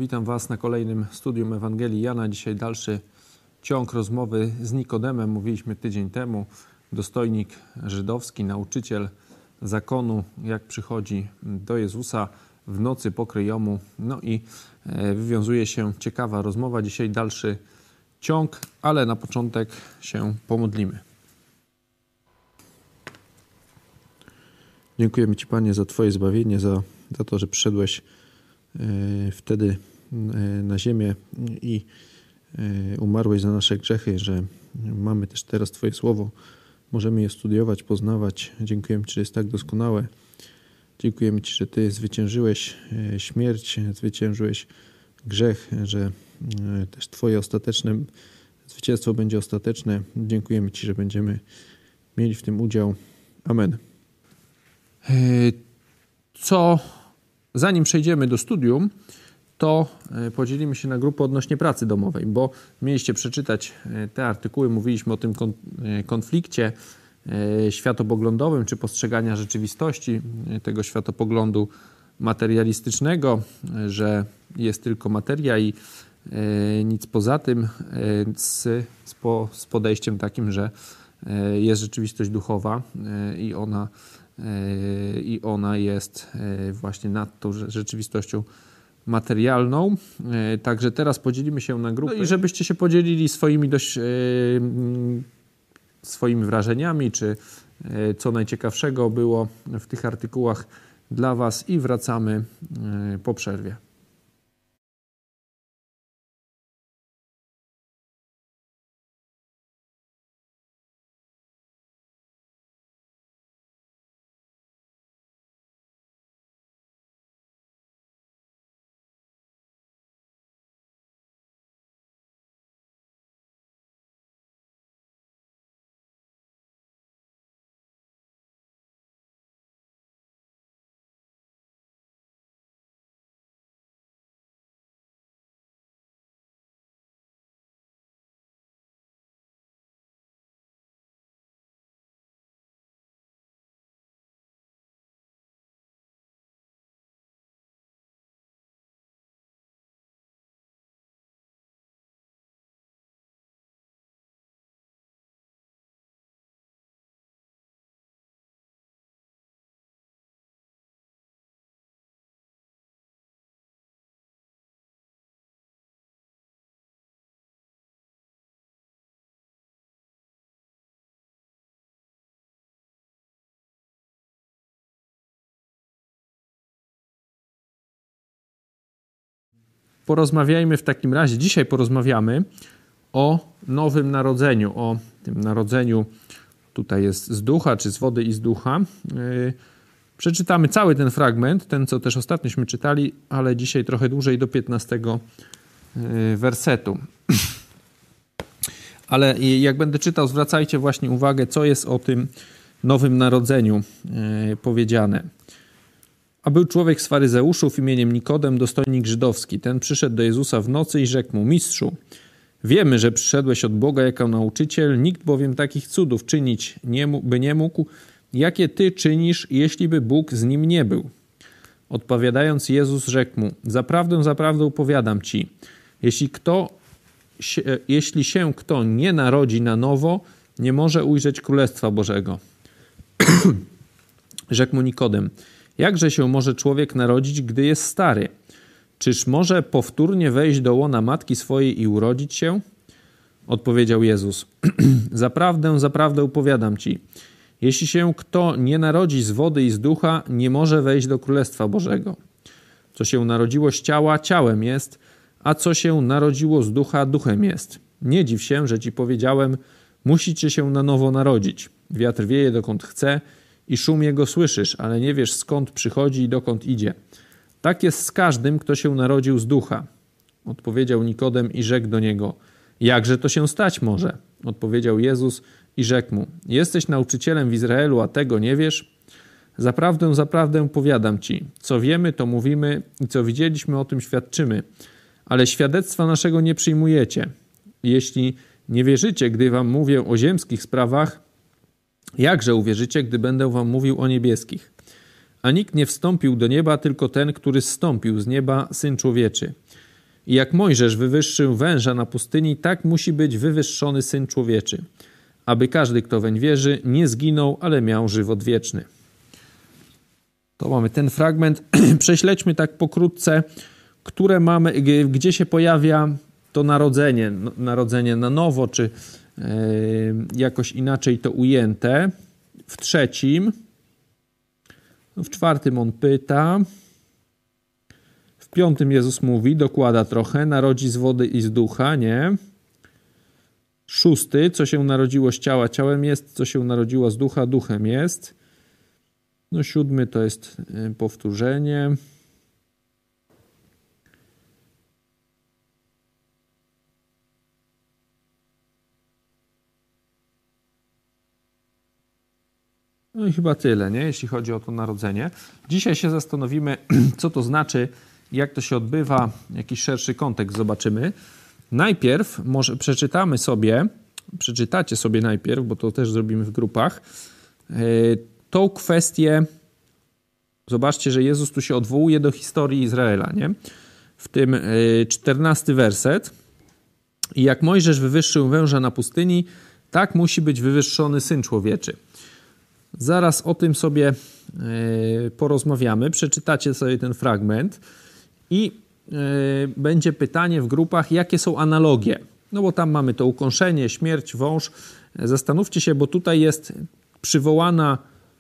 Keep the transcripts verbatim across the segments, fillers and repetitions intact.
Witam Was na kolejnym studium Ewangelii Jana. Dzisiaj dalszy ciąg rozmowy z Nikodemem. Mówiliśmy tydzień temu. Dostojnik żydowski, nauczyciel zakonu, jak przychodzi do Jezusa w nocy pokryjomu. No i wywiązuje się ciekawa rozmowa. Dzisiaj dalszy ciąg, ale na początek się pomodlimy. Dziękujemy Ci, Panie, za Twoje zbawienie, za, za to, że przyszedłeś wtedy na ziemię i umarłeś za nasze grzechy, że mamy też teraz Twoje słowo. Możemy je studiować, poznawać. Dziękujemy Ci, że jest tak doskonałe. Dziękujemy Ci, że Ty zwyciężyłeś śmierć, zwyciężyłeś grzech, że też Twoje ostateczne zwycięstwo będzie ostateczne. Dziękujemy Ci, że będziemy mieli w tym udział. Amen. Co Zanim przejdziemy do studium, to podzielimy się na grupy odnośnie pracy domowej, bo mieliście przeczytać te artykuły. Mówiliśmy o tym konflikcie światopoglądowym, czy postrzegania rzeczywistości tego światopoglądu materialistycznego, że jest tylko materia i nic poza tym, z, z podejściem takim, że jest rzeczywistość duchowa i ona i ona jest właśnie nad tą rzeczywistością materialną. Także teraz podzielimy się na grupy. No i żebyście się podzielili swoimi dość swoimi wrażeniami, czy co najciekawszego było w tych artykułach dla Was i wracamy po przerwie. Porozmawiajmy w takim razie, dzisiaj porozmawiamy o nowym narodzeniu, o tym narodzeniu, tutaj jest z ducha, czy z wody i z ducha. Yy, przeczytamy cały ten fragment, ten co też ostatniośmy czytali, ale dzisiaj trochę dłużej, do piętnastego yy, wersetu. Ale jak będę czytał, zwracajcie właśnie uwagę, co jest o tym nowym narodzeniu yy, powiedziane. A był człowiek z faryzeuszów imieniem Nikodem, dostojnik żydowski. Ten przyszedł do Jezusa w nocy i rzekł mu: Mistrzu, wiemy, że przyszedłeś od Boga jako nauczyciel, nikt bowiem takich cudów czynić nie mógł, by nie mógł, jakie Ty czynisz, jeśli by Bóg z nim nie był. Odpowiadając, Jezus rzekł mu: Zaprawdę, zaprawdę opowiadam Ci, jeśli, kto, jeśli się kto nie narodzi na nowo, nie może ujrzeć Królestwa Bożego. Rzekł mu Nikodem: Jakże się może człowiek narodzić, gdy jest stary? Czyż może powtórnie wejść do łona matki swojej i urodzić się? Odpowiedział Jezus: Zaprawdę, zaprawdę opowiadam Ci, jeśli się kto nie narodzi z wody i z ducha, nie może wejść do Królestwa Bożego. Co się narodziło z ciała, ciałem jest, a co się narodziło z ducha, duchem jest. Nie dziw się, że Ci powiedziałem, musicie się na nowo narodzić. Wiatr wieje dokąd chce i szum jego słyszysz, ale nie wiesz, skąd przychodzi i dokąd idzie. Tak jest z każdym, kto się narodził z ducha. Odpowiedział Nikodem i rzekł do niego: Jakże to się stać może? Odpowiedział Jezus i rzekł mu: Jesteś nauczycielem w Izraelu, a tego nie wiesz? Zaprawdę, zaprawdę powiadam Ci, co wiemy, to mówimy i co widzieliśmy, o tym świadczymy, ale świadectwa naszego nie przyjmujecie. Jeśli nie wierzycie, gdy wam mówię o ziemskich sprawach, jakże uwierzycie, gdy będę wam mówił o niebieskich? A nikt nie wstąpił do nieba, tylko ten, który zstąpił z nieba, Syn Człowieczy. I jak Mojżesz wywyższył węża na pustyni, tak musi być wywyższony Syn Człowieczy, aby każdy, kto weń wierzy, nie zginął, ale miał żywot wieczny. To mamy ten fragment. Prześledźmy tak pokrótce, które mamy, gdzie się pojawia to narodzenie, narodzenie na nowo, czy yy, jakoś inaczej to ujęte. W trzecim, w czwartym on pyta, w piątym Jezus mówi, dokłada trochę, narodzi z wody i z ducha, nie? Szósty, co się narodziło z ciała, ciałem jest, co się narodziło z ducha, duchem jest. No siódmy to jest powtórzenie. No i chyba tyle, nie? Jeśli chodzi o to narodzenie. Dzisiaj się zastanowimy, co to znaczy, jak to się odbywa, jakiś szerszy kontekst zobaczymy. Najpierw może przeczytamy sobie, przeczytacie sobie najpierw, bo to też zrobimy w grupach, tą kwestię. Zobaczcie, że Jezus tu się odwołuje do historii Izraela, nie? W tym czternasty werset. I jak Mojżesz wywyższył węża na pustyni, tak musi być wywyższony Syn Człowieczy. Zaraz o tym sobie porozmawiamy. Przeczytacie sobie ten fragment i będzie pytanie w grupach, jakie są analogie. No bo tam mamy to ukąszenie, śmierć, wąż. Zastanówcie się, bo tutaj jest przywołana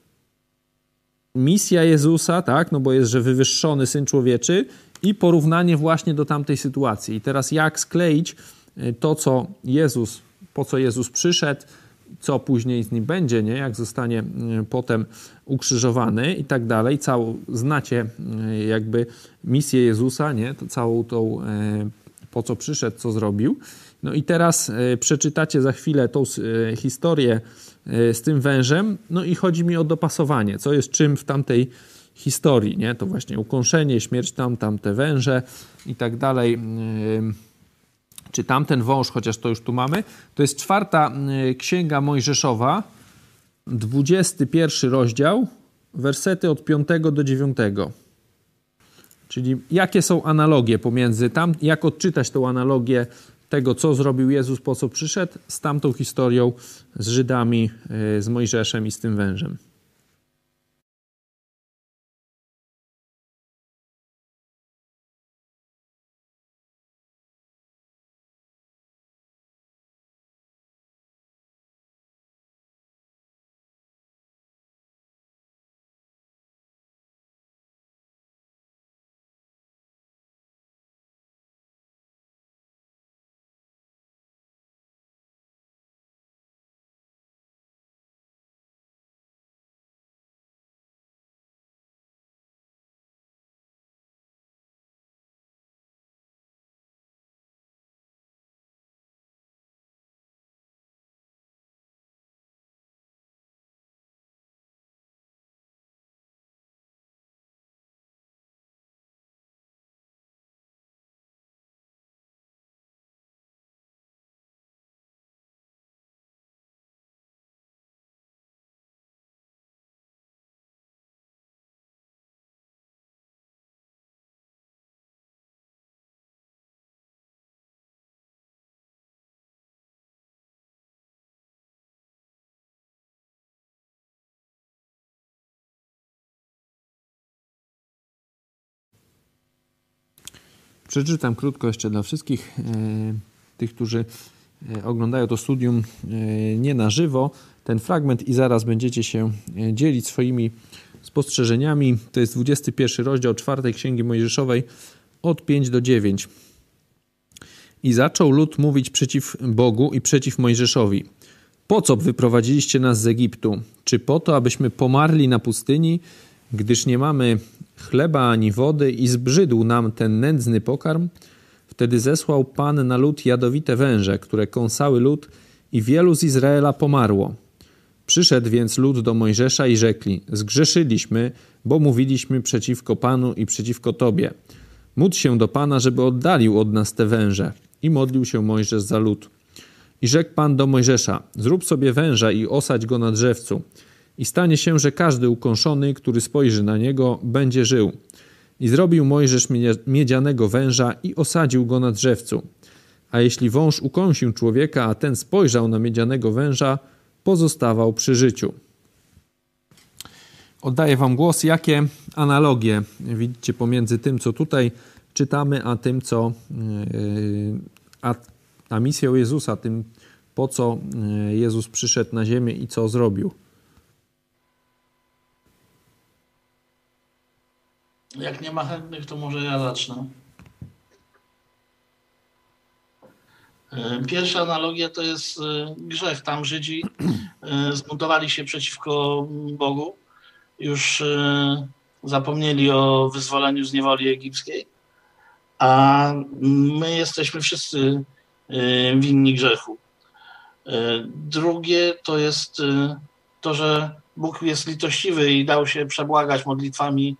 misja Jezusa, tak? No bo jest, że wywyższony Syn Człowieczy i porównanie właśnie do tamtej sytuacji. I teraz jak skleić to, co Jezus, po co Jezus przyszedł, co później z nim będzie, nie? Jak zostanie potem ukrzyżowany i tak dalej. Całą, znacie jakby misję Jezusa, nie? To całą tą, po co przyszedł, co zrobił. No i teraz przeczytacie za chwilę tą historię z tym wężem, no i chodzi mi o dopasowanie, co jest czym w tamtej historii, nie? To właśnie ukąszenie, śmierć tam, tamte węże i tak dalej. Czy tamten wąż, chociaż to już tu mamy, to jest czwarta księga Mojżeszowa, dwudziesty pierwszy rozdział, wersety od piątego do dziewiątego. Czyli jakie są analogie pomiędzy tam, jak odczytać tą analogię tego, co zrobił Jezus, po co przyszedł, z tamtą historią z Żydami, z Mojżeszem i z tym wężem. Przeczytam krótko jeszcze dla wszystkich e, tych, którzy e, oglądają to studium e, nie na żywo, ten fragment i zaraz będziecie się dzielić swoimi spostrzeżeniami. To jest dwudziesty pierwszy rozdział czwartej Księgi Mojżeszowej od piątego do dziewiątego. I zaczął lud mówić przeciw Bogu i przeciw Mojżeszowi. Po co wyprowadziliście nas z Egiptu? Czy po to, abyśmy pomarli na pustyni, gdyż nie mamy chleba ani wody i zbrzydł nam ten nędzny pokarm? Wtedy zesłał Pan na lud jadowite węże, które kąsały lud i wielu z Izraela pomarło. Przyszedł więc lud do Mojżesza i rzekli: zgrzeszyliśmy, bo mówiliśmy przeciwko Panu i przeciwko Tobie. Módl się do Pana, żeby oddalił od nas te węże. I modlił się Mojżesz za lud. I rzekł Pan do Mojżesza: zrób sobie węża i osadź go na drzewcu. I stanie się, że każdy ukąszony, który spojrzy na niego, będzie żył. I zrobił Mojżesz miedzianego węża i osadził go na drzewcu. A jeśli wąż ukąsił człowieka, a ten spojrzał na miedzianego węża, pozostawał przy życiu. Oddaję wam głos. Jakie analogie widzicie pomiędzy tym, co tutaj czytamy, a tym, co a, a misją Jezusa, tym, po co Jezus przyszedł na ziemię i co zrobił? Jak nie ma chętnych, to może ja zacznę. Pierwsza analogia to jest grzech. Tam Żydzi zbuntowali się przeciwko Bogu. Już zapomnieli o wyzwoleniu z niewoli egipskiej, a my jesteśmy wszyscy winni grzechu. Drugie to jest to, że Bóg jest litościwy i dał się przebłagać modlitwami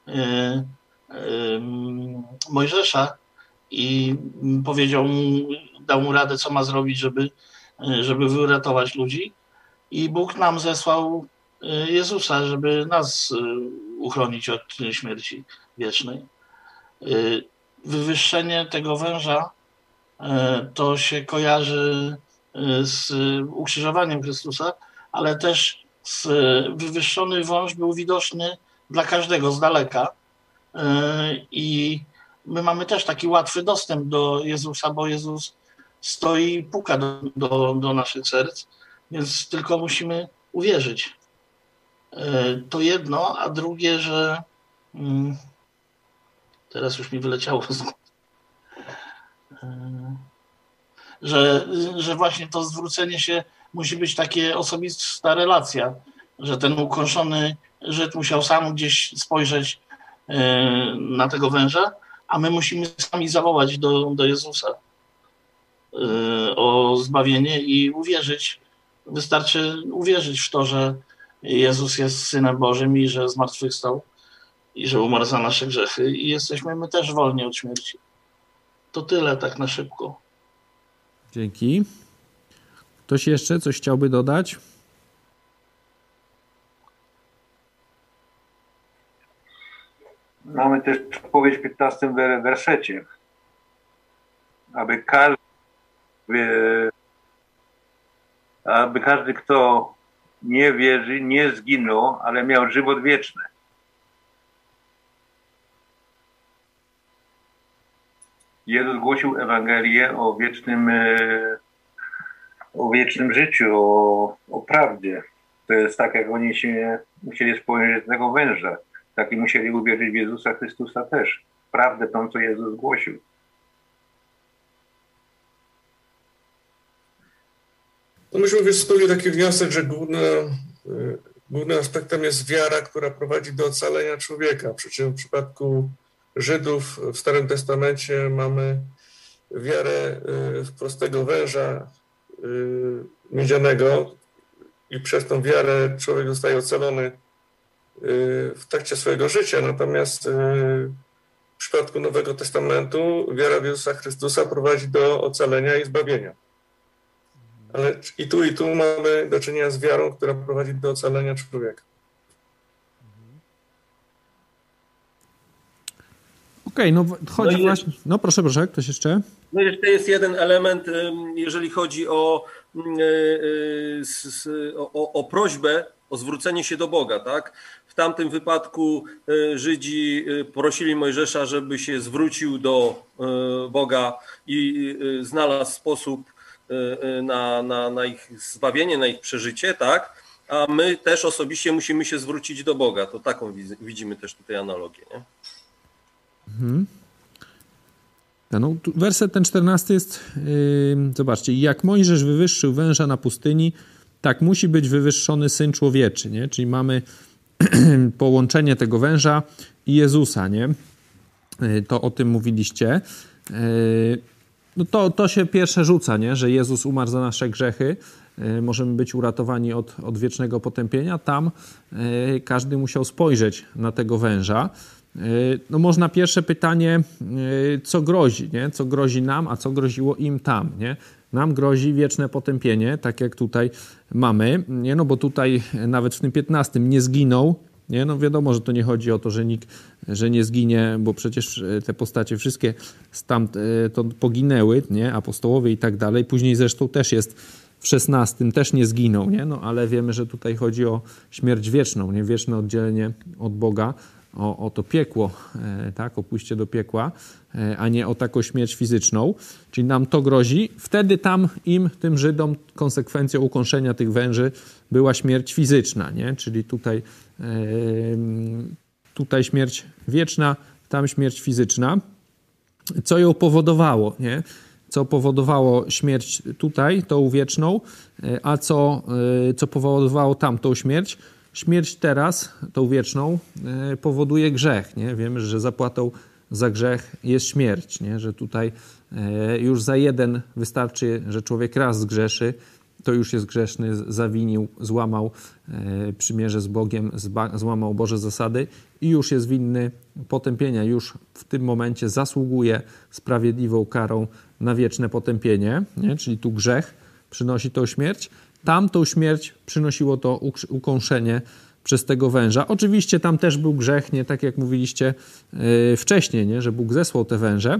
Mojżesza i powiedział mu, dał mu radę, co ma zrobić, żeby, żeby wyratować ludzi. I Bóg nam zesłał Jezusa, żeby nas uchronić od śmierci wiecznej. Wywyższenie tego węża to się kojarzy z ukrzyżowaniem Chrystusa, ale też z wywyższony wąż był widoczny dla każdego z daleka. I my mamy też taki łatwy dostęp do Jezusa, bo Jezus stoi i puka do, do, do naszych serc, więc tylko musimy uwierzyć. To jedno, a drugie, że teraz już mi wyleciało z głowy, że, że właśnie to zwrócenie się musi być takie osobista relacja, że ten ukąszony Żyd musiał sam gdzieś spojrzeć na tego węża, a my musimy sami zawołać do, do Jezusa o zbawienie i uwierzyć. Wystarczy uwierzyć w to, że Jezus jest Synem Bożym i że zmartwychwstał i że umarł za nasze grzechy i jesteśmy my też wolni od śmierci. To tyle tak na szybko. Dzięki. Ktoś jeszcze coś chciałby dodać? Mamy też odpowiedź w piętnastym wersecie. Aby każdy, aby każdy, kto nie wierzy, nie zginął, ale miał żywot wieczny. Jezus głosił Ewangelię o wiecznym, o wiecznym życiu, o, o prawdzie. To jest tak, jak oni się musieli spojrzeć na tego węża. Tak i musieli uwierzyć w Jezusa Chrystusa też. Prawdę tą, co Jezus głosił. No myśmy wysnuli taki wniosek, że główne, głównym aspektem jest wiara, która prowadzi do ocalenia człowieka. Przy czym w przypadku Żydów w Starym Testamencie mamy wiarę w prostego węża miedzianego i przez tą wiarę człowiek zostaje ocalony w trakcie swojego życia. Natomiast w przypadku Nowego Testamentu wiara w Jezusa Chrystusa prowadzi do ocalenia i zbawienia. Ale i tu, i tu mamy do czynienia z wiarą, która prowadzi do ocalenia człowieka. Okej, okay, no chodzi no właśnie... No proszę, proszę, ktoś jeszcze? No jeszcze jest jeden element, jeżeli chodzi o, o, o prośbę, o zwrócenie się do Boga, tak? W tamtym wypadku Żydzi prosili Mojżesza, żeby się zwrócił do Boga i znalazł sposób na, na, na ich zbawienie, na ich przeżycie, tak? A my też osobiście musimy się zwrócić do Boga. To taką widzimy też tutaj analogię, nie? Mhm. No, werset ten czternasty jest, yy, zobaczcie, jak Mojżesz wywyższył węża na pustyni, tak musi być wywyższony Syn Człowieczy, nie? Czyli mamy połączenie tego węża i Jezusa, nie? Yy, to o tym mówiliście. Yy, no to, to się pierwsze rzuca, nie? Że Jezus umarł za nasze grzechy. Yy, możemy być uratowani od, od wiecznego potępienia. Tam yy, każdy musiał spojrzeć na tego węża. No można pierwsze pytanie, co grozi, nie? Co grozi nam, a co groziło im tam, nie? Nam grozi wieczne potępienie, tak jak tutaj mamy, nie? No bo tutaj nawet w tym piętnastym nie zginął, Nie? No wiadomo, że to nie chodzi o to, że nikt, że nie zginie, bo przecież te postacie wszystkie tam to poginęły, nie? Apostołowie i tak dalej. Później zresztą też jest w szesnastym, też nie zginą, nie? No ale wiemy, że tutaj chodzi o śmierć wieczną, nie? Wieczne oddzielenie od Boga, o, o to piekło, e, tak? O pójście do piekła, e, a nie o taką śmierć fizyczną. Czyli nam to grozi. Wtedy tam im, tym Żydom, konsekwencją ukąszenia tych węży była śmierć fizyczna, nie? Czyli tutaj, e, tutaj śmierć wieczna, tam śmierć fizyczna. Co ją powodowało, nie? Co powodowało śmierć tutaj, tą wieczną, a co, co powodowało tamtą śmierć? Śmierć teraz, tą wieczną, powoduje grzech. Nie? Wiemy, że zapłatą za grzech jest śmierć. Nie? Że tutaj już za jeden wystarczy, że człowiek raz zgrzeszy, to już jest grzeszny, zawinił, złamał przymierze z Bogiem, złamał Boże zasady i już jest winny potępienia. Już w tym momencie zasługuje sprawiedliwą karą na wieczne potępienie. Nie? Czyli tu grzech przynosi tą śmierć. Tamtą śmierć przynosiło to ukąszenie przez tego węża. Oczywiście tam też był grzech, nie tak jak mówiliście yy, wcześniej, nie? Że Bóg zesłał te węże.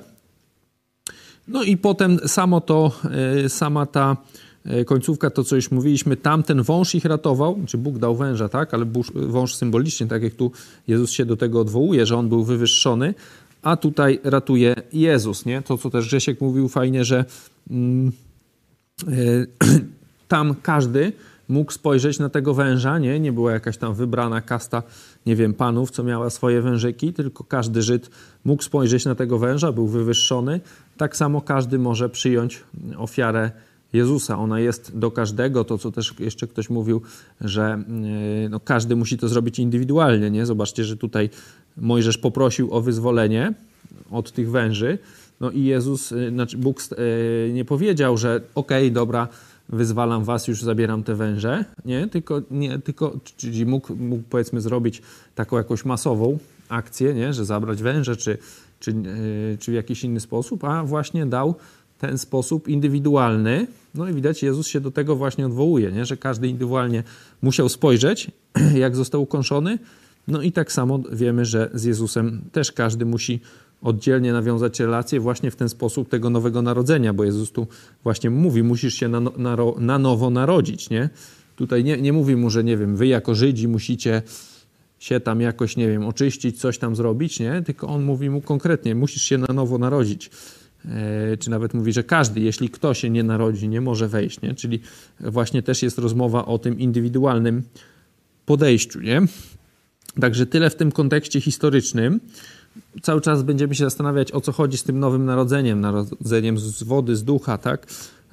No i potem samo to, yy, sama ta końcówka, to co już mówiliśmy, tamten wąż ich ratował, czy Bóg dał węża, tak, ale wąż symbolicznie, tak jak tu Jezus się do tego odwołuje, że on był wywyższony, a tutaj ratuje Jezus, nie? To, co też Grzesiek mówił fajnie, że mm, y, tam każdy mógł spojrzeć na tego węża, nie? Nie była jakaś tam wybrana kasta, nie wiem, panów, co miała swoje wężyki, tylko każdy Żyd mógł spojrzeć na tego węża, był wywyższony. Tak samo każdy może przyjąć ofiarę Jezusa. Ona jest do każdego, to co też jeszcze ktoś mówił, że no, każdy musi to zrobić indywidualnie, nie? Zobaczcie, że tutaj Mojżesz poprosił o wyzwolenie od tych węży, no i Jezus, znaczy Bóg nie powiedział, że okej, okay, dobra, wyzwalam was, już zabieram te węże, nie? Tylko, nie, tylko czyli mógł, mógł powiedzmy zrobić taką jakąś masową akcję, nie? Że zabrać węże, czy, czy, czy w jakiś inny sposób, a właśnie dał ten sposób indywidualny. No i widać, Jezus się do tego właśnie odwołuje, nie? Że każdy indywidualnie musiał spojrzeć, jak został ukąszony. No i tak samo wiemy, że z Jezusem też każdy musi oddzielnie nawiązać relacje właśnie w ten sposób tego nowego narodzenia, bo Jezus tu właśnie mówi, musisz się na, na, na nowo narodzić, nie? Tutaj nie, nie mówi mu, że nie wiem, wy jako Żydzi musicie się tam jakoś, nie wiem, oczyścić, coś tam zrobić, nie? Tylko on mówi mu konkretnie, musisz się na nowo narodzić. Czy nawet mówi, że każdy, jeśli kto się nie narodzi, nie może wejść, nie? Czyli właśnie też jest rozmowa o tym indywidualnym podejściu, nie? Także tyle w tym kontekście historycznym. Cały czas będziemy się zastanawiać, o co chodzi z tym nowym narodzeniem, narodzeniem z wody, z ducha, tak?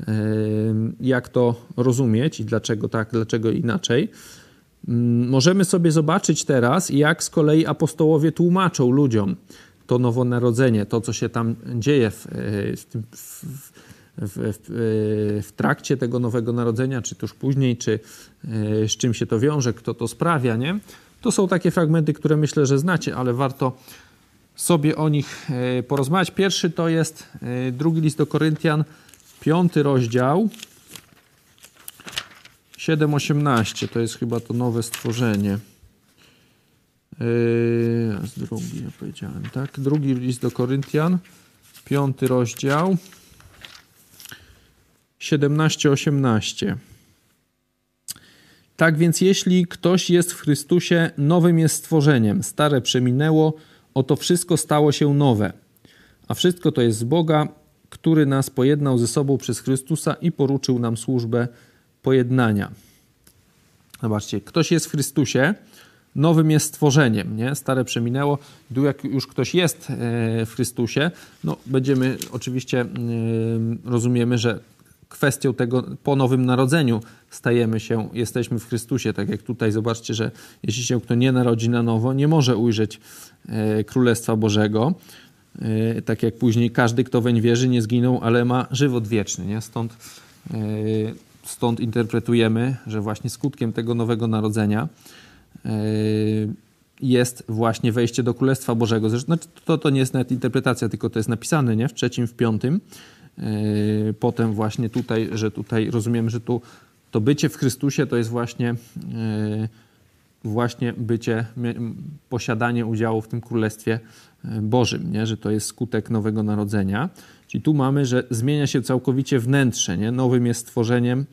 Jak to rozumieć i dlaczego tak, dlaczego inaczej. Możemy sobie zobaczyć teraz, jak z kolei apostołowie tłumaczą ludziom to nowonarodzenie, to co się tam dzieje w, w, w, w, w, w trakcie tego nowego narodzenia, czy tuż później, czy z czym się to wiąże, kto to sprawia, nie? To są takie fragmenty, które myślę, że znacie, ale warto sobie o nich porozmawiać. Pierwszy to jest drugi list do Koryntian, piąty rozdział, siedem osiemnaście, to jest chyba to nowe stworzenie. Yy, z drugi, ja powiedziałem, tak? Drugi list do Koryntian, piąty rozdział, siedemnaście osiemnaście. Tak więc jeśli ktoś jest w Chrystusie, nowym jest stworzeniem. Stare przeminęło, oto wszystko stało się nowe. A wszystko to jest z Boga, który nas pojednał ze sobą przez Chrystusa i poruczył nam służbę pojednania. Zobaczcie, ktoś jest w Chrystusie, nowym jest stworzeniem, nie? Stare przeminęło. Tu jak już ktoś jest w Chrystusie, no będziemy oczywiście, rozumiemy, że kwestią tego po nowym narodzeniu stajemy się, jesteśmy w Chrystusie. Tak jak tutaj zobaczcie, że jeśli się kto nie narodzi na nowo, nie może ujrzeć Królestwa Bożego. Tak jak później każdy, kto weń wierzy, nie zginął, ale ma żywot wieczny, nie? Stąd, stąd interpretujemy, że właśnie skutkiem tego nowego narodzenia jest właśnie wejście do Królestwa Bożego. Zresztą to, to nie jest nawet interpretacja, tylko to jest napisane, nie? W trzecim, w piątym. Potem właśnie tutaj, że tutaj rozumiemy, że tu to bycie w Chrystusie to jest właśnie właśnie bycie, posiadanie udziału w tym Królestwie Bożym, nie? Że to jest skutek nowego narodzenia. Czyli tu mamy, że zmienia się całkowicie wnętrze, nie? Nowym jest stworzeniem,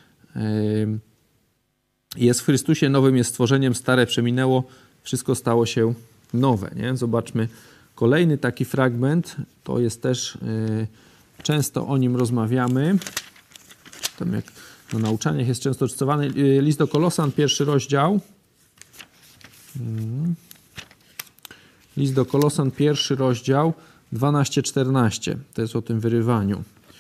jest w Chrystusie, nowym jest stworzeniem, stare przeminęło, wszystko stało się nowe, nie? Zobaczmy kolejny taki fragment, to jest też, często o nim rozmawiamy, tam jak na nauczaniach jest często cytowany, list do Kolosan, pierwszy rozdział, list do Kolosan, pierwszy rozdział, dwanaście czternaście, to jest o tym wyrywaniu.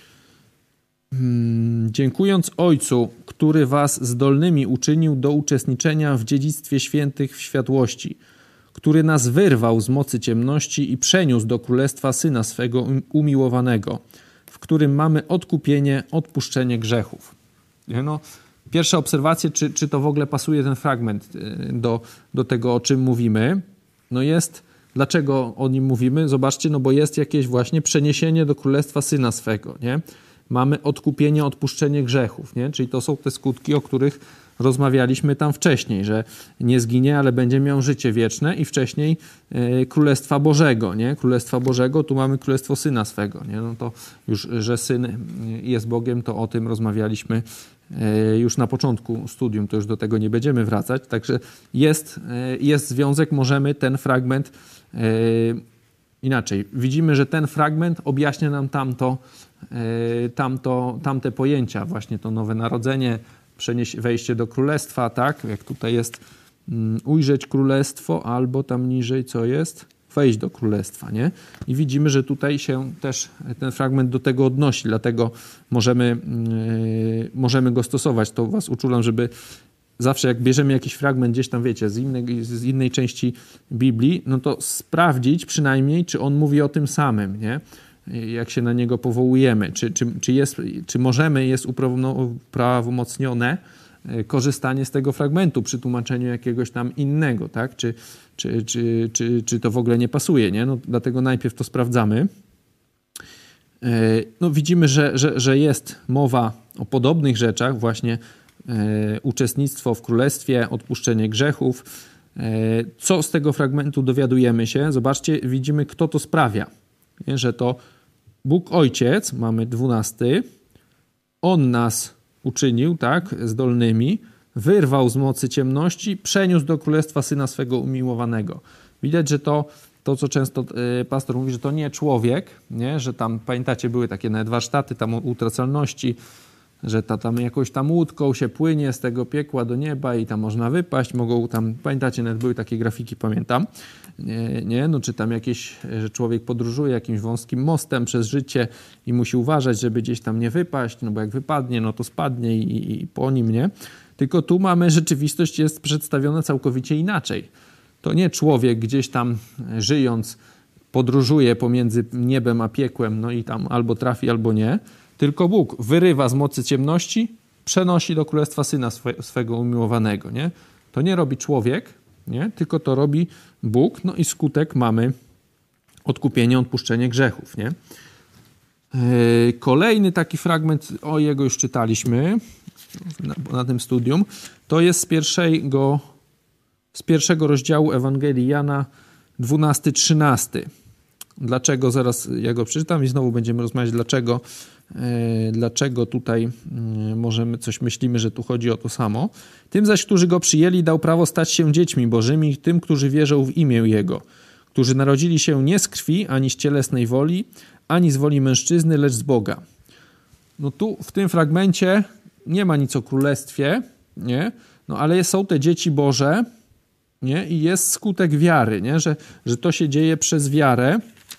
Dziękując Ojcu, który was zdolnymi uczynił do uczestniczenia w dziedzictwie świętych w światłości, który nas wyrwał z mocy ciemności i przeniósł do królestwa Syna swego umiłowanego, w którym mamy odkupienie, odpuszczenie grzechów. No, pierwsza obserwacja, czy, czy to w ogóle pasuje ten fragment do, do tego, o czym mówimy, no jest, dlaczego o nim mówimy? Zobaczcie, no bo jest jakieś właśnie przeniesienie do królestwa Syna swego, nie? Mamy odkupienie, odpuszczenie grzechów, nie? Czyli to są te skutki, o których rozmawialiśmy tam wcześniej, że nie zginie, ale będzie miał życie wieczne i wcześniej y, Królestwa Bożego, nie? Królestwa Bożego, tu mamy Królestwo Syna swego, nie? No to już, że Syn jest Bogiem, to o tym rozmawialiśmy y, już na początku studium, to już do tego nie będziemy wracać, także jest, y, jest związek, możemy ten fragment y, inaczej, widzimy, że ten fragment objaśnia nam tamto, y, tamto, tamte pojęcia, właśnie to nowe narodzenie, przenieś, wejście do królestwa, tak? Jak tutaj jest um, ujrzeć królestwo, albo tam niżej co jest? Wejść do królestwa, nie? I widzimy, że tutaj się też ten fragment do tego odnosi, dlatego możemy, yy, możemy go stosować. To was uczulam, żeby zawsze jak bierzemy jakiś fragment gdzieś tam, wiecie, z innej, z innej części Biblii, no to sprawdzić przynajmniej, czy on mówi o tym samym, nie? Jak się na niego powołujemy, czy, czy, czy, jest, czy możemy, jest uprawomocnione korzystanie z tego fragmentu przy tłumaczeniu jakiegoś tam innego, tak? Czy, czy, czy, czy, czy to w ogóle nie pasuje, nie? No, dlatego najpierw to sprawdzamy. No, widzimy, że, że, że jest mowa o podobnych rzeczach, właśnie e, uczestnictwo w królestwie, odpuszczenie grzechów. E, co z tego fragmentu dowiadujemy się? Zobaczcie, widzimy, kto to sprawia. Nie? Że to Bóg Ojciec, mamy dwunasty, On nas uczynił, tak, zdolnymi, wyrwał z mocy ciemności, przeniósł do królestwa Syna swego umiłowanego. Widać, że to, to co często y, pastor mówi, że to nie człowiek, nie? Że tam, pamiętacie, były takie nawet warsztaty tam o utracalności, że ta tam jakoś tam łódką się płynie z tego piekła do nieba i tam można wypaść, mogą tam, pamiętacie, nawet były takie grafiki, pamiętam, nie, nie? No czy tam jakieś, że człowiek podróżuje jakimś wąskim mostem przez życie i musi uważać, żeby gdzieś tam nie wypaść, no bo jak wypadnie, no to spadnie i, i, i po nim, nie? Tylko tu mamy, rzeczywistość jest przedstawiona całkowicie inaczej. To nie człowiek gdzieś tam żyjąc podróżuje pomiędzy niebem a piekłem, no i tam albo trafi, albo nie, tylko Bóg wyrywa z mocy ciemności, przenosi do królestwa Syna swe, swego umiłowanego, nie? To nie robi człowiek, nie? Tylko to robi Bóg, no i skutek mamy odkupienie, odpuszczenie grzechów, nie? Yy, kolejny taki fragment, o jego już czytaliśmy na, na tym studium, to jest z pierwszego, z pierwszego rozdziału Ewangelii Jana, dwunasty trzynasty. Dlaczego? Zaraz ja go przeczytam i znowu będziemy rozmawiać, dlaczego, yy, dlaczego tutaj yy, możemy coś myślimy, że tu chodzi o to samo. Tym zaś, którzy go przyjęli, dał prawo stać się dziećmi bożymi, tym, którzy wierzą w imię Jego, którzy narodzili się nie z krwi, ani z cielesnej woli, ani z woli mężczyzny, lecz z Boga. No tu w tym fragmencie nie ma nic o królestwie, nie? No ale są te dzieci Boże, nie? I jest skutek wiary, nie? Że, że to się dzieje przez wiarę.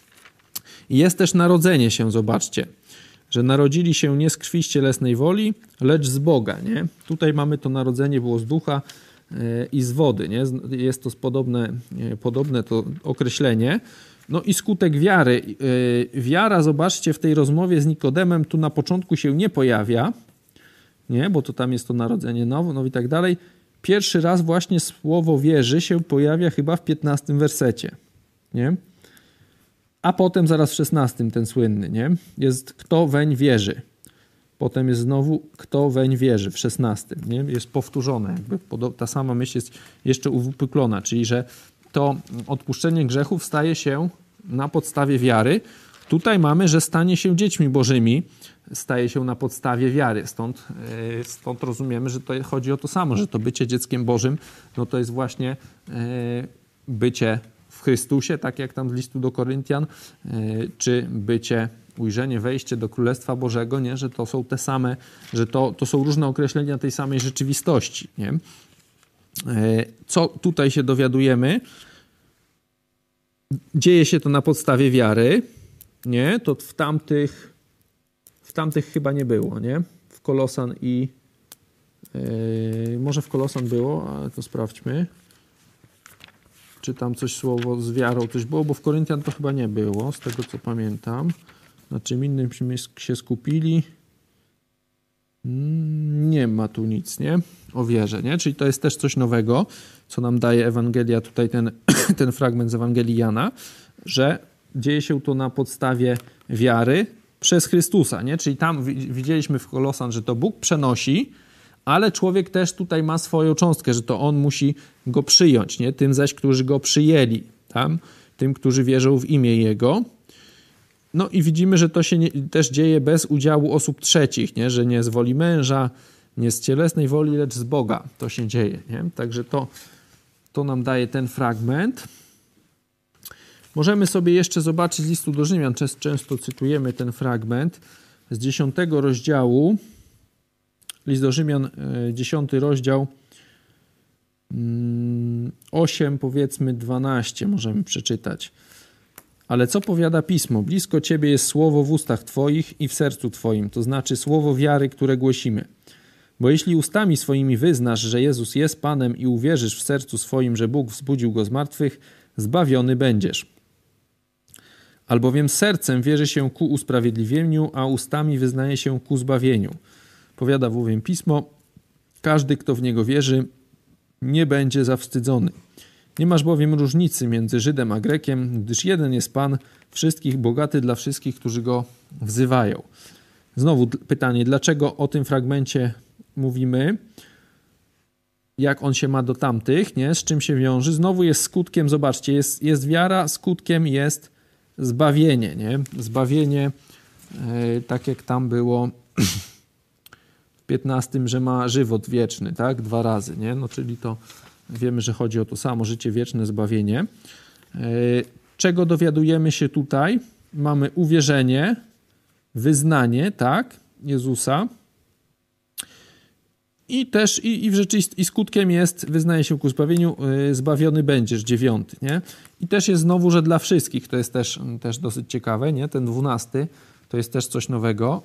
I jest też narodzenie się, zobaczcie, że narodzili się nie z krwi, z cielesnej woli, lecz z Boga, nie? Tutaj mamy to narodzenie, było z ducha yy, i z wody, nie? Jest to podobne, yy, podobne to określenie. No i skutek wiary. Yy, wiara, zobaczcie, w tej rozmowie z Nikodemem tu na początku się nie pojawia, nie? Bo to tam jest to narodzenie nowe, no i tak dalej. Pierwszy raz właśnie słowo wierzy się pojawia chyba w piętnastym wersecie, nie? A potem zaraz w szesnastym ten słynny, nie? Jest kto weń wierzy. Potem jest znowu, kto weń wierzy w szesnastym. Nie? Jest powtórzone, jakby ta sama myśl jest jeszcze uwypuklona, czyli że to odpuszczenie grzechów staje się na podstawie wiary. Tutaj mamy, że stanie się dziećmi bożymi, staje się na podstawie wiary. Stąd, yy, stąd rozumiemy, że to chodzi o to samo, że to bycie dzieckiem Bożym, no to jest właśnie yy, bycie w Chrystusie, tak jak tam z listu do Koryntian, yy, czy bycie, ujrzenie, wejście do Królestwa Bożego, nie? Że to są te same, że to, to są różne określenia tej samej rzeczywistości. Nie? Yy, co tutaj się dowiadujemy? Dzieje się to na podstawie wiary, nie? To w tamtych, w tamtych chyba nie było, nie? W Kolosan i yy, może w Kolosan było, ale to sprawdźmy. Czy tam coś słowo z wiarą coś było, bo w Koryntian to chyba nie było, z tego co pamiętam. Na czym innym się skupili. Nie ma tu nic, nie? O wierze, nie? Czyli to jest też coś nowego, co nam daje Ewangelia, tutaj ten, ten fragment z Ewangelii Jana, że dzieje się to na podstawie wiary przez Chrystusa, nie? Czyli tam widzieliśmy w Kolosan, że to Bóg przenosi, ale człowiek też tutaj ma swoją cząstkę, że to on musi go przyjąć, nie? Tym zaś, którzy go przyjęli, tam, tym, którzy wierzą w imię Jego. No i widzimy, że to się nie, też dzieje bez udziału osób trzecich, nie? Że nie z woli męża, nie z cielesnej woli, lecz z Boga to się dzieje, nie? Także to, to nam daje ten fragment. Możemy sobie jeszcze zobaczyć z listu do Rzymian, często cytujemy ten fragment z dziesiątego rozdziału, list do Rzymian, dziesiąty rozdział, osiem, powiedzmy dwanaście możemy przeczytać. Ale co powiada Pismo? Blisko Ciebie jest słowo w ustach Twoich i w sercu Twoim, to znaczy słowo wiary, które głosimy. Bo jeśli ustami swoimi wyznasz, że Jezus jest Panem i uwierzysz w sercu swoim, że Bóg wzbudził Go z martwych, zbawiony będziesz. Albowiem sercem wierzy się ku usprawiedliwieniu, a ustami wyznaje się ku zbawieniu. Powiada bowiem Pismo, każdy, kto w Niego wierzy, nie będzie zawstydzony. Nie masz bowiem różnicy między Żydem a Grekiem, gdyż jeden jest Pan wszystkich, bogaty dla wszystkich, którzy Go wzywają. Znowu pytanie, dlaczego o tym fragmencie mówimy? Jak on się ma do tamtych, nie? Z czym się wiąże? Znowu jest skutkiem, zobaczcie, jest, jest wiara, skutkiem jest zbawienie, nie? Zbawienie, yy, tak jak tam było w piętnastym, że ma żywot wieczny, tak? Dwa razy, nie? No czyli to wiemy, że chodzi o to samo, życie wieczne, zbawienie. Yy, czego dowiadujemy się tutaj? Mamy uwierzenie, wyznanie, tak? Jezusa. I też i, i, w rzeczywist- i skutkiem jest, wyznaje się ku zbawieniu, yy, zbawiony będziesz, dziewiąty, nie? I też jest znowu, że dla wszystkich, to jest też, też dosyć ciekawe, nie? Ten dwunasty, to jest też coś nowego,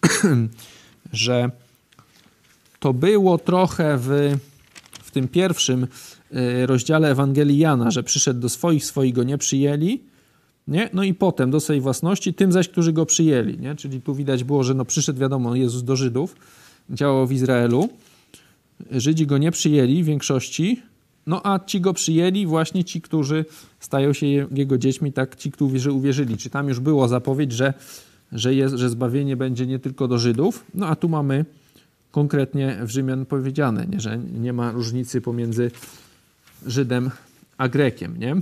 że to było trochę w, w tym pierwszym yy, rozdziale Ewangelii Jana, że przyszedł do swoich, swoi go nie przyjęli, nie? No i potem do swojej własności, tym zaś, którzy go przyjęli, nie? Czyli tu widać było, że no przyszedł, wiadomo, Jezus do Żydów, działał w Izraelu, Żydzi go nie przyjęli w większości, no a ci go przyjęli, właśnie ci, którzy stają się jego dziećmi, tak ci, którzy uwierzyli. Czy tam już było zapowiedź, że, że, jest, że zbawienie będzie nie tylko do Żydów, no a tu mamy konkretnie w Rzymian powiedziane, nie? Że nie ma różnicy pomiędzy Żydem a Grekiem, nie?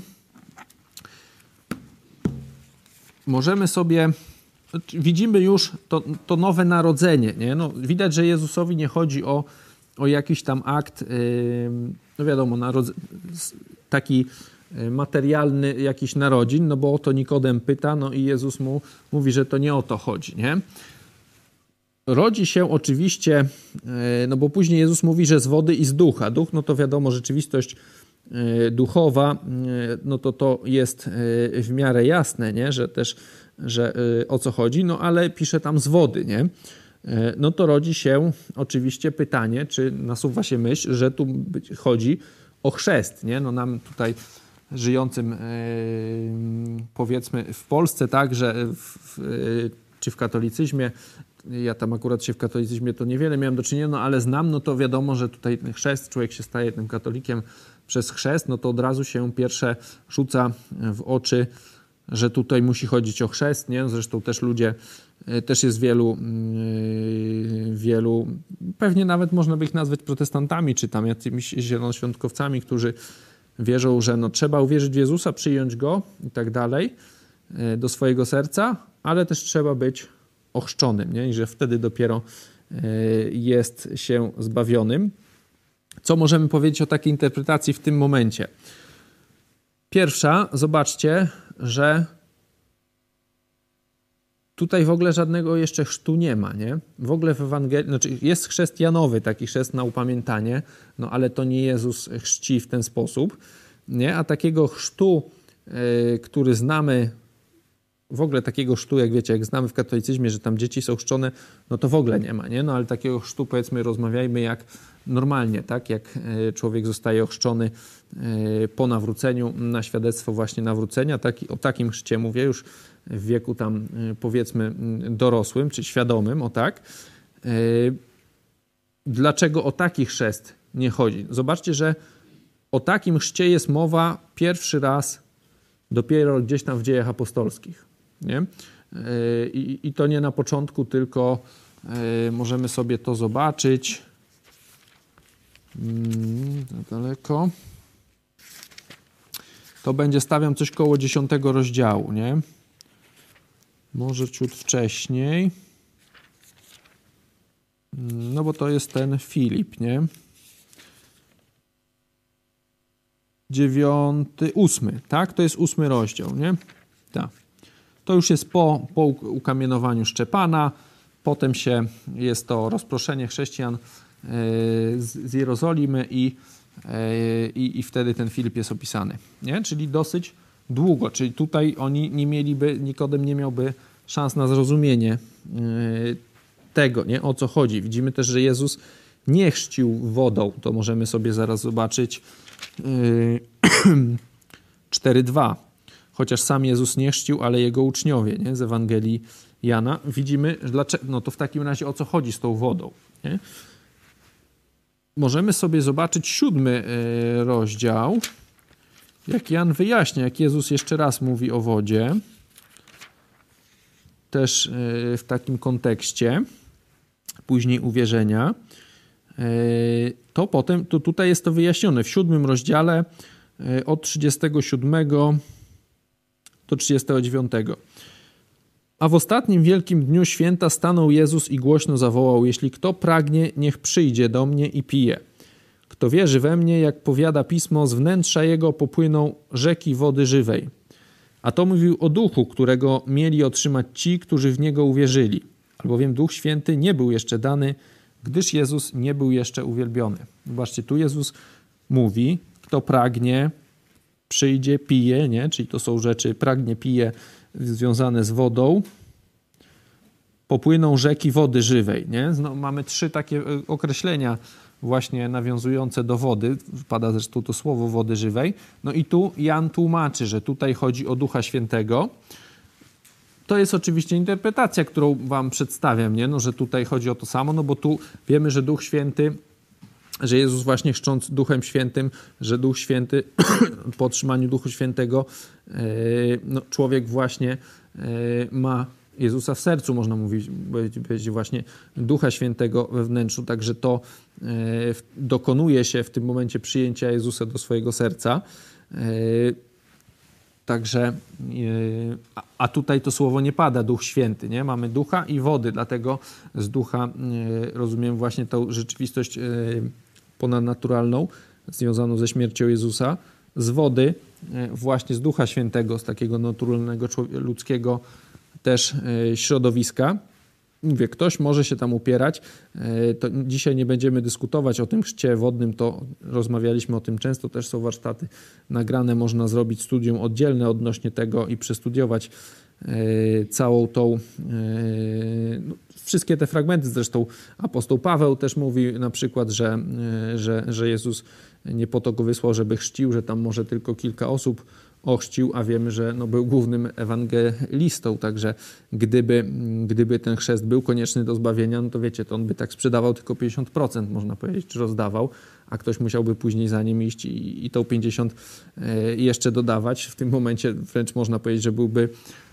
Możemy sobie... Widzimy już to, to nowe narodzenie, nie? No, widać, że Jezusowi nie chodzi o, o jakiś tam akt, yy, no wiadomo, narodz- taki materialny jakiś narodzin, no bo o to Nikodem pyta, no i Jezus mu mówi, że to nie o to chodzi, nie? Rodzi się oczywiście, yy, no bo później Jezus mówi, że z wody i z ducha. Duch, no to wiadomo, rzeczywistość yy, duchowa, yy, no to to jest yy, w miarę jasne, nie? Że też że y, o co chodzi, no ale pisze tam z wody, nie? Y, no to rodzi się oczywiście pytanie, czy nasuwa się myśl, że tu chodzi o chrzest, nie? No nam tutaj żyjącym y, powiedzmy w Polsce, tak, że w, y, czy w katolicyzmie, ja tam akurat się w katolicyzmie to niewiele miałem do czynienia, no ale znam, no to wiadomo, że tutaj ten chrzest, człowiek się staje tym katolikiem przez chrzest, no to od razu się pierwsze rzuca w oczy, że tutaj musi chodzić o chrzest, nie? Zresztą też ludzie, też jest wielu wielu, pewnie nawet można by ich nazwać protestantami, czy tam jakimiś zielonoświątkowcami, którzy wierzą, że no, trzeba uwierzyć w Jezusa, przyjąć Go i tak dalej do swojego serca, ale też trzeba być ochrzczonym, nie? I że wtedy dopiero jest się zbawionym. Co możemy powiedzieć o takiej interpretacji w tym momencie? Pierwsza, zobaczcie, że tutaj w ogóle żadnego jeszcze chrztu nie ma, nie? W ogóle w Ewangelii, znaczy jest chrzest janowy, taki chrzest na upamiętanie, no ale to nie Jezus chrzci w ten sposób, nie? A takiego chrztu, yy, który znamy, w ogóle takiego chrztu, jak wiecie, jak znamy w katolicyzmie, że tam dzieci są chrzczone, no to w ogóle nie ma, nie? No ale takiego chrztu, powiedzmy, rozmawiajmy jak normalnie, tak? Jak człowiek zostaje ochrzczony po nawróceniu, na świadectwo właśnie nawrócenia, taki, o takim chrzcie mówię już w wieku tam, powiedzmy, dorosłym, czy świadomym, o tak. Dlaczego o taki chrzest nie chodzi? Zobaczcie, że o takim chrzcie jest mowa pierwszy raz dopiero gdzieś tam w dziejach apostolskich, nie? I, i to nie na początku, tylko możemy sobie to zobaczyć. Hmm, daleko. To będzie, stawiam, coś koło dziesiątego rozdziału, nie? Może ciut wcześniej. No bo to jest ten Filip, nie? Dziewiąty, ósmy, tak? To jest ósmy rozdział, nie? Tak. To już jest po, po ukamienowaniu Szczepana. Potem się jest to rozproszenie chrześcijan z, z Jerozolimy i, i, i wtedy ten Filip jest opisany, nie? Czyli dosyć długo. Czyli tutaj oni nie mieliby, Nikodem nie miałby szans na zrozumienie tego, nie? O co chodzi. Widzimy też, że Jezus nie chrzcił wodą. To możemy sobie zaraz zobaczyć. cztery dwa. Chociaż sam Jezus nie chrzcił, ale jego uczniowie, nie? Z Ewangelii Jana. Widzimy, dlaczego, no to w takim razie o co chodzi z tą wodą, nie? Możemy sobie zobaczyć siódmy rozdział, jak Jan wyjaśnia, jak Jezus jeszcze raz mówi o wodzie, też w takim kontekście, później uwierzenia, to potem, to tutaj jest to wyjaśnione w siódmym rozdziale od trzydziestego siódmego do trzydziestego dziewiątego. A w ostatnim wielkim dniu święta stanął Jezus i głośno zawołał: jeśli kto pragnie, niech przyjdzie do mnie i pije. Kto wierzy we mnie, jak powiada Pismo, z wnętrza jego popłyną rzeki wody żywej. A to mówił o duchu, którego mieli otrzymać ci, którzy w niego uwierzyli. Albowiem Duch Święty nie był jeszcze dany, gdyż Jezus nie był jeszcze uwielbiony. Zobaczcie, tu Jezus mówi, kto pragnie, przyjdzie, pije, nie? Czyli to są rzeczy, pragnie, pije, związane z wodą. Popłyną rzeki wody żywej, nie? No, mamy trzy takie określenia właśnie nawiązujące do wody. Pada zresztą to słowo wody żywej. No i tu Jan tłumaczy, że tutaj chodzi o Ducha Świętego. To jest oczywiście interpretacja, którą wam przedstawiam, nie? No, że tutaj chodzi o to samo, no bo tu wiemy, że Duch Święty, że Jezus właśnie chrzcząc Duchem Świętym, że Duch Święty po otrzymaniu Ducha Świętego no, człowiek właśnie ma Jezusa w sercu, można mówić, powiedzieć właśnie Ducha Świętego we wnętrzu, także to dokonuje się w tym momencie przyjęcia Jezusa do swojego serca. Także, a tutaj to słowo nie pada, Duch Święty, nie? Mamy ducha i wody, dlatego z ducha rozumiem właśnie tą rzeczywistość ponadnaturalną związaną ze śmiercią Jezusa, z wody właśnie z Ducha Świętego, z takiego naturalnego ludzkiego też środowiska. Mówię, ktoś może się tam upierać. To dzisiaj nie będziemy dyskutować o tym chrzcie wodnym, to rozmawialiśmy o tym często, też są warsztaty nagrane, można zrobić studium oddzielne odnośnie tego i przestudiować całą tą, no, wszystkie te fragmenty. Zresztą apostoł Paweł też mówi na przykład, że, że, że Jezus nie po to go wysłał, żeby chrzcił, że tam może tylko kilka osób ochrzcił, a wiemy, że no, był głównym ewangelistą, także gdyby, gdyby ten chrzest był konieczny do zbawienia, no to wiecie, to on by tak sprzedawał tylko pięćdziesiąt procent, można powiedzieć, czy rozdawał, a ktoś musiałby później za nim iść i, i tą pięćdziesiąt jeszcze dodawać. W tym momencie wręcz można powiedzieć, że byłby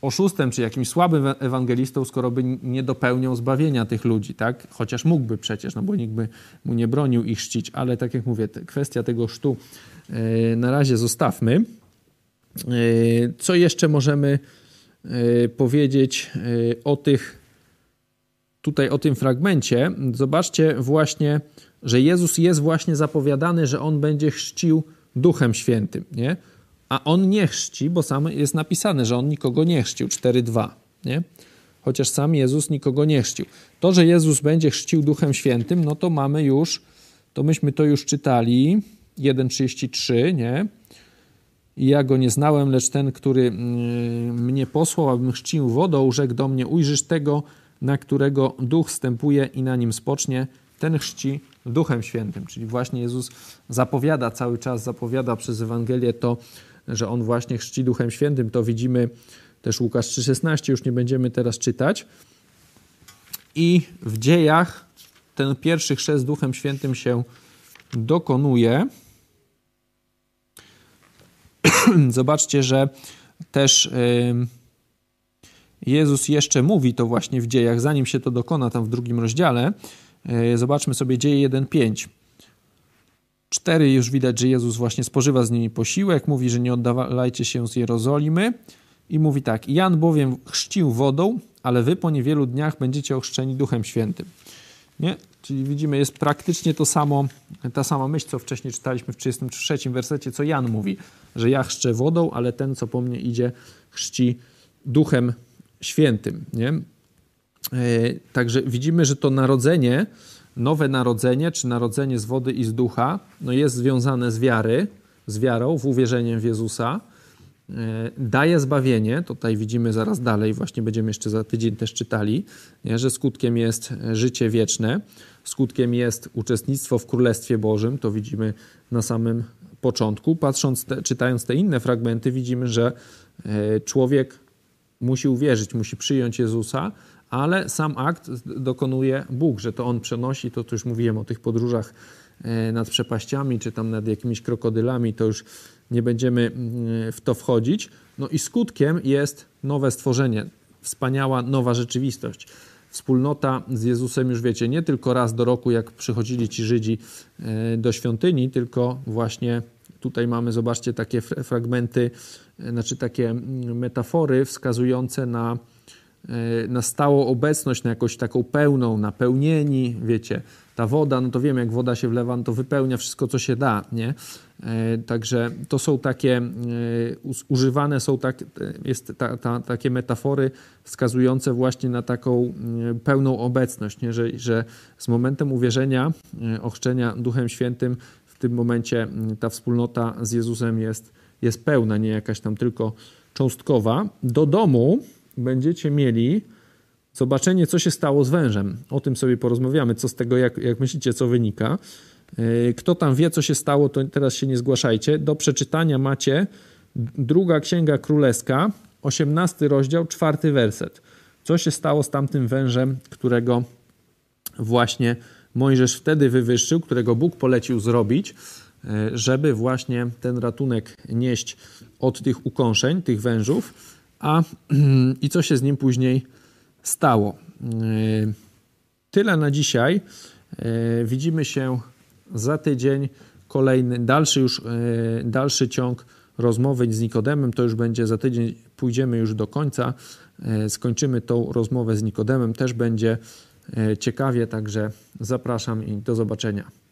oszustem czy jakimś słabym ewangelistą, skoro by nie dopełniał zbawienia tych ludzi, tak? Chociaż mógłby przecież, no bo nikt by mu nie bronił ich czcić, ale tak jak mówię, kwestia tego chrztu yy, na razie zostawmy. Yy, co jeszcze możemy yy, powiedzieć yy, o tych, tutaj o tym fragmencie? Zobaczcie właśnie, że Jezus jest właśnie zapowiadany, że On będzie chrzcił Duchem Świętym, nie? A On nie chrzci, bo sam jest napisane, że On nikogo nie chrzcił, cztery dwa, nie? Chociaż sam Jezus nikogo nie chrzcił. To, że Jezus będzie chrzcił Duchem Świętym, no to mamy już, to myśmy to już czytali, jeden trzydzieści trzy, nie? I ja Go nie znałem, lecz ten, który mnie posłał, abym chrzcił wodą, rzekł do mnie, ujrzysz tego, na którego Duch wstępuje i na nim spocznie, ten chrzci Duchem Świętym. Czyli właśnie Jezus zapowiada cały czas, zapowiada przez Ewangelię to, że On właśnie chrzci Duchem Świętym. To widzimy też Łukasz trzy szesnaście, już nie będziemy teraz czytać. I w Dziejach ten pierwszy chrzest Duchem Świętym się dokonuje. Zobaczcie, że też Jezus jeszcze mówi to właśnie w Dziejach, zanim się to dokona tam w drugim rozdziale. Zobaczmy sobie Dzieje jeden pięć. cztery już widać, że Jezus właśnie spożywa z nimi posiłek, mówi, że nie oddalajcie się z Jerozolimy i mówi tak, Jan bowiem chrzcił wodą, ale wy po niewielu dniach będziecie ochrzczeni Duchem Świętym. Nie? Czyli widzimy, jest praktycznie to samo, ta sama myśl, co wcześniej czytaliśmy w trzydziestym trzecim wersecie, co Jan mówi, że ja chrzczę wodą, ale ten, co po mnie idzie, chrzci Duchem Świętym. Nie? Także widzimy, że to narodzenie, nowe narodzenie, czy narodzenie z wody i z ducha, no jest związane z wiary, z wiarą, w uwierzeniem w Jezusa, daje zbawienie, tutaj widzimy zaraz dalej, właśnie będziemy jeszcze za tydzień też czytali, nie, że skutkiem jest życie wieczne, skutkiem jest uczestnictwo w Królestwie Bożym, to widzimy na samym początku. Patrząc, te, czytając te inne fragmenty, widzimy, że człowiek musi uwierzyć, musi przyjąć Jezusa, ale sam akt dokonuje Bóg, że to On przenosi, to, to już mówiłem o tych podróżach nad przepaściami, czy tam nad jakimiś krokodylami, to już nie będziemy w to wchodzić. No i skutkiem jest nowe stworzenie, wspaniała nowa rzeczywistość. Wspólnota z Jezusem już wiecie, nie tylko raz do roku, jak przychodzili ci Żydzi do świątyni, tylko właśnie tutaj mamy, zobaczcie, takie fragmenty, znaczy takie metafory wskazujące na na stałą obecność, na jakąś taką pełną, napełnieni, wiecie, ta woda, no to wiem, jak woda się wlewa, no to wypełnia wszystko, co się da, nie? E, także to są takie, e, używane są tak, jest ta, ta, takie metafory wskazujące właśnie na taką e, pełną obecność, nie? Że, że z momentem uwierzenia, e, ochrzczenia Duchem Świętym, w tym momencie e, ta wspólnota z Jezusem jest, jest pełna, nie jakaś tam tylko cząstkowa. Do domu będziecie mieli zobaczenie, co się stało z wężem. O tym sobie porozmawiamy, co z tego, jak, jak myślicie, co wynika. Kto tam wie, co się stało, to teraz się nie zgłaszajcie. Do przeczytania macie druga Księga Królewska, osiemnasty rozdział, czwarty werset. Co się stało z tamtym wężem, którego właśnie Mojżesz wtedy wywyższył, którego Bóg polecił zrobić, żeby właśnie ten ratunek nieść od tych ukąszeń, tych wężów. A i co się z nim później stało. Tyle na dzisiaj. Widzimy się za tydzień. Kolejny, dalszy już, dalszy ciąg rozmowy z Nikodemem. To już będzie za tydzień, pójdziemy już do końca. Skończymy tą rozmowę z Nikodemem. Też będzie ciekawie, także zapraszam i do zobaczenia.